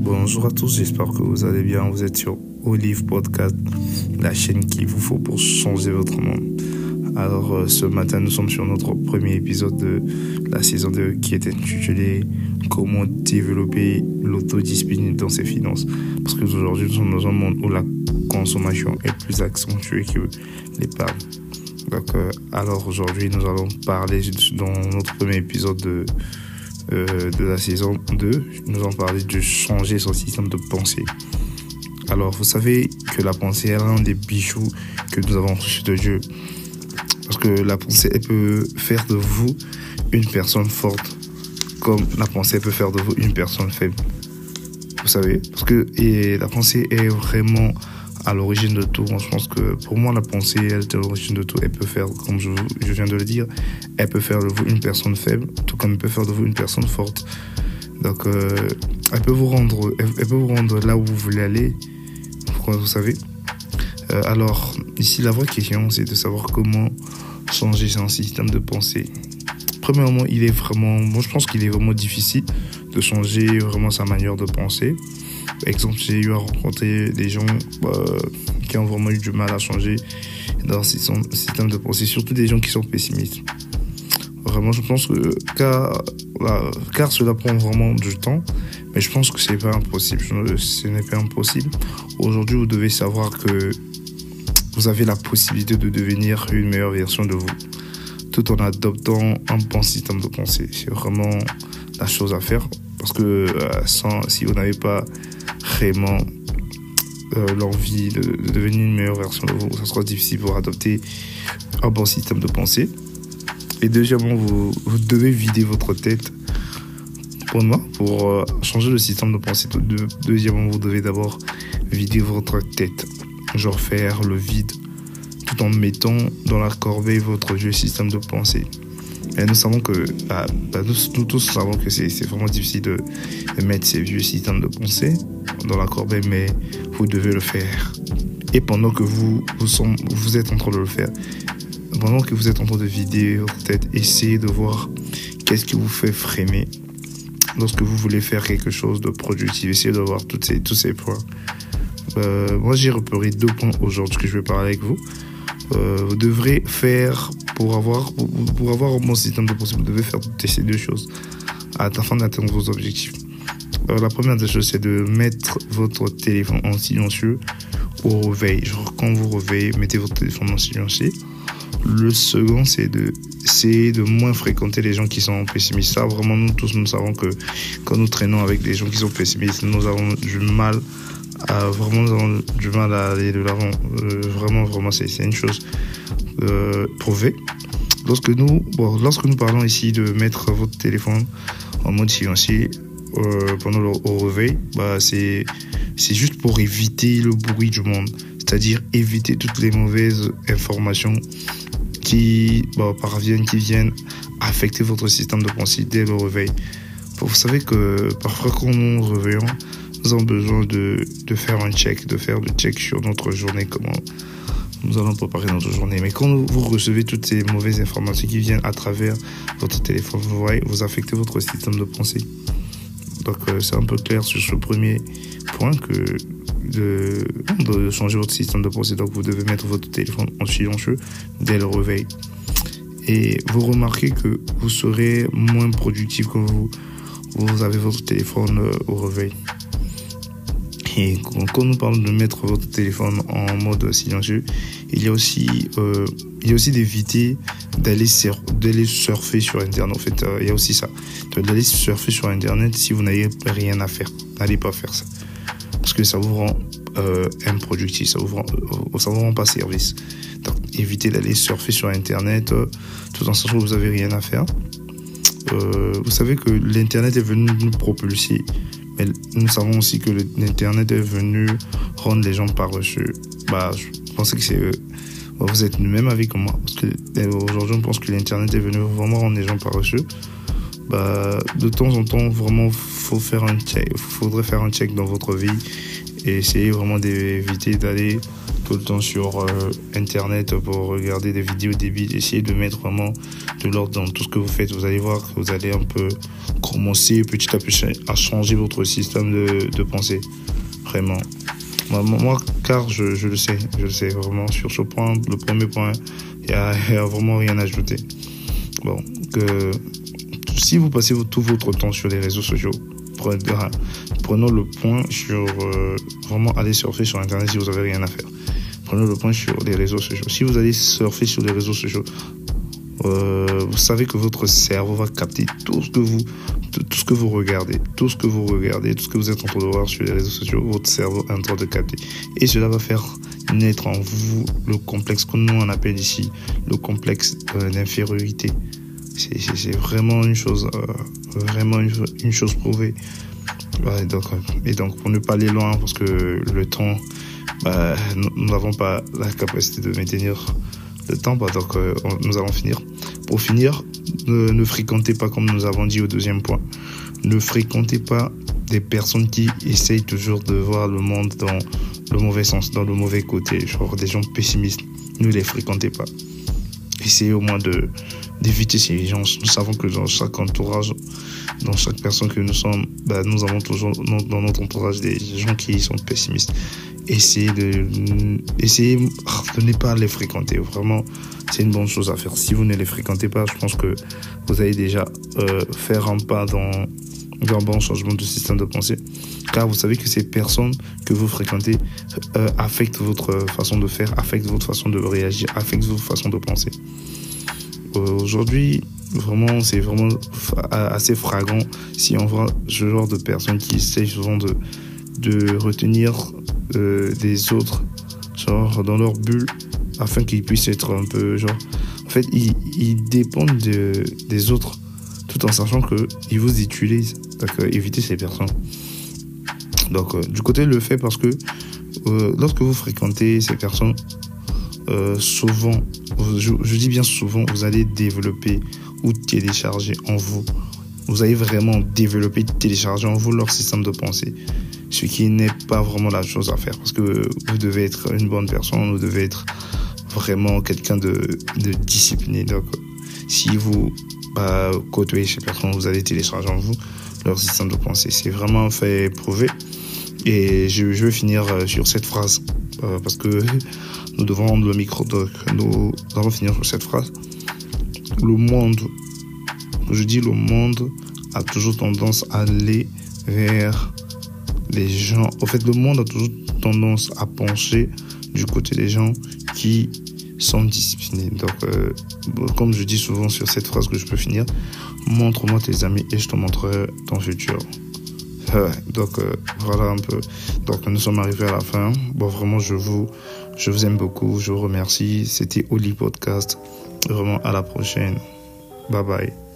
Bonjour à tous, j'espère que vous allez bien. Vous êtes sur Olive Podcast, la chaîne qu'il vous faut pour changer votre monde. Alors ce matin, nous sommes sur notre premier épisode de la saison 2 qui est intitulé « Comment développer l'autodiscipline dans ses finances ». Parce qu'aujourd'hui, nous sommes dans un monde où la consommation est plus accentuée que l'épargne. Donc, alors aujourd'hui, nous allons parler dans notre premier épisode de la saison 2, nous allons parler de changer son système de pensée. Alors, vous savez que la pensée est l'un des bijoux que nous avons reçus de Dieu. Parce que la pensée, elle peut faire de vous une personne forte, comme la pensée elle peut faire de vous une personne faible. Vous savez, parce que la pensée est vraiment à l'origine de tout. Je pense que pour moi, la pensée elle est à l'origine de tout. Elle peut faire, comme je viens de le dire, elle peut faire de vous une personne faible, tout comme elle peut faire de vous une personne forte. Donc, elle peut vous rendre là où vous voulez aller. Vous savez. Alors, ici, la vraie question, c'est de savoir comment changer son système de pensée. Premièrement, je pense qu'il est vraiment difficile de changer vraiment sa manière de penser. Par exemple, j'ai eu à rencontrer des gens qui ont vraiment eu du mal à changer leur système de pensée, surtout des gens qui sont pessimistes. Vraiment, je pense que car cela prend vraiment du temps, mais je pense que ce n'est pas impossible. Ce n'est pas impossible. Aujourd'hui, vous devez savoir que vous avez la possibilité de devenir une meilleure version de vous, tout en adoptant un bon système de pensée. C'est vraiment la chose à faire, parce que si vous n'avez pas vraiment l'envie de devenir une meilleure version de vous, ça sera difficile pour adopter un bon système de pensée. Et deuxièmement, vous devez vider votre tête. Pour moi, pour changer le système de pensée, deuxièmement, vous devez d'abord vider votre tête. Genre faire le vide, tout en mettant dans la corbeille votre vieux système de pensée. Et nous savons que, nous tous savons que c'est vraiment difficile de mettre ces vieux systèmes de pensée dans la corbeille, mais vous devez le faire. Et pendant que vous êtes en train de le faire, pendant que vous êtes en train de vider votre tête, essayez de voir qu'est-ce qui vous fait frémir lorsque vous voulez faire quelque chose de productif. Essayez de voir tous ces points. Moi, j'ai repéré 2 points aujourd'hui que je vais parler avec vous. Vous devrez faire, pour avoir un bon système de pensée, vous devez faire ces 2 choses afin d'atteindre vos objectifs. La première des choses, c'est de mettre votre téléphone en silencieux au réveil. Genre, quand vous réveillez, mettez votre téléphone en silencieux. Le second, c'est d'essayer de moins fréquenter les gens qui sont pessimistes. Ça, vraiment, nous tous, nous savons que quand nous traînons avec des gens qui sont pessimistes, nous avons du mal à aller de l'avant. Vraiment, c'est une chose prouvée. Lorsque nous parlons ici de mettre votre téléphone en mode silencieux pendant le réveil, c'est juste pour éviter le bruit du monde. C'est-à-dire éviter toutes les mauvaises informations qui viennent affecter votre système de pensée dès le réveil. Vous savez que parfois quand nous réveillons, nous avons besoin de faire le check sur notre journée, comment nous allons préparer notre journée. Mais quand vous recevez toutes ces mauvaises informations qui viennent à travers votre téléphone, vous affectez votre système de pensée. Donc c'est un peu clair sur ce premier point que de changer votre système de pensée. Donc vous devez mettre votre téléphone en silencieux dès le réveil. Et vous remarquez que vous serez moins productif quand vous avez votre téléphone au réveil. Et quand nous parlons de mettre votre téléphone en mode silencieux, il y a aussi d'éviter d'aller surfer sur Internet. En fait, il y a aussi ça. D'aller surfer sur Internet si vous n'avez rien à faire. N'allez pas faire ça. Parce que ça vous rend improductif, ça vous rend pas service. Donc, évitez d'aller surfer sur Internet tout en sachant que vous n'avez rien à faire. Vous savez que l'Internet est venu nous propulser. Mais nous savons aussi que l'Internet est venu rendre les gens paresseux. Je pensais que vous êtes nous-mêmes avec moi. Parce que aujourd'hui, on pense que l'Internet est venu vraiment rendre les gens paresseux. De temps en temps, vraiment, faudrait faire un check dans votre vie et essayer vraiment d'éviter d'aller tout le temps sur Internet pour regarder des vidéos débiles. Essayez de mettre vraiment de l'ordre dans tout ce que vous faites. Vous allez voir que vous allez un peu commencer petit à petit à changer votre système de pensée. Vraiment. Moi, car je le sais vraiment sur ce point, le premier point, il y a vraiment rien à ajouter. Bon, si vous passez tout votre temps sur les réseaux sociaux, prenons le point sur vraiment aller surfer sur Internet si vous n'avez rien à faire. Prenons le point sur les réseaux sociaux. Si vous allez surfer sur les réseaux sociaux, vous savez que votre cerveau va capter tout ce que vous regardez, tout ce que vous êtes en train de voir sur les réseaux sociaux, votre cerveau est en train de capter. Et cela va faire naître en vous le complexe que nous on appelle ici le complexe d'infériorité. C'est vraiment une chose prouvée. Ouais, donc pour ne pas aller loin, parce que le temps, nous n'avons pas la capacité de maintenir le temps, donc nous allons finir. Pour finir, ne fréquentez pas, comme nous avons dit au deuxième point, ne fréquentez pas des personnes qui essayent toujours de voir le monde dans le mauvais sens, dans le mauvais côté, genre des gens pessimistes. Ne les fréquentez pas. Essayez au moins d'éviter ces gens. Nous savons que dans chaque entourage, dans chaque personne que nous sommes, nous avons toujours dans notre entourage des gens qui sont pessimistes. Essayez de ne pas les fréquenter. Vraiment, c'est une bonne chose à faire. Si vous ne les fréquentez pas, je pense que vous allez déjà faire un pas dans un bon changement de système de pensée. Car vous savez que ces personnes que vous fréquentez affectent votre façon de faire, affectent votre façon de réagir, affectent votre façon de penser. Aujourd'hui, vraiment, c'est vraiment assez flagrant si on voit ce genre de personnes qui essayent souvent de retenir des autres, genre dans leur bulle, afin qu'ils puissent être un peu, genre, en fait, ils dépendent des autres, tout en sachant qu'ils vous utilisent. Donc, évitez ces personnes. Donc, du côté, le fait, parce que lorsque vous fréquentez ces personnes, souvent, je dis bien souvent, vous allez développer ou télécharger en vous. Vous allez vraiment développer, télécharger en vous leur système de pensée. Ce qui n'est pas vraiment la chose à faire, parce que vous devez être une bonne personne, vous devez être vraiment quelqu'un de discipliné. Donc, si vous côtoyez ces personnes, vous allez télécharger en vous leur système de pensée. C'est vraiment un fait prouvé. Et je vais finir sur cette phrase, parce que nous devons rendre le micro, donc nous allons finir sur cette phrase. Le monde a toujours tendance à aller vers les gens. En fait, le monde a toujours tendance à pencher du côté des gens qui sont disciplinés. Donc, comme je dis souvent sur cette phrase que je peux finir, montre-moi tes amis et je te montrerai ton futur. Donc, voilà un peu. Donc, nous sommes arrivés à la fin. Bon, vraiment, je vous aime beaucoup. Je vous remercie. C'était Oli Podcast. Vraiment, à la prochaine. Bye bye.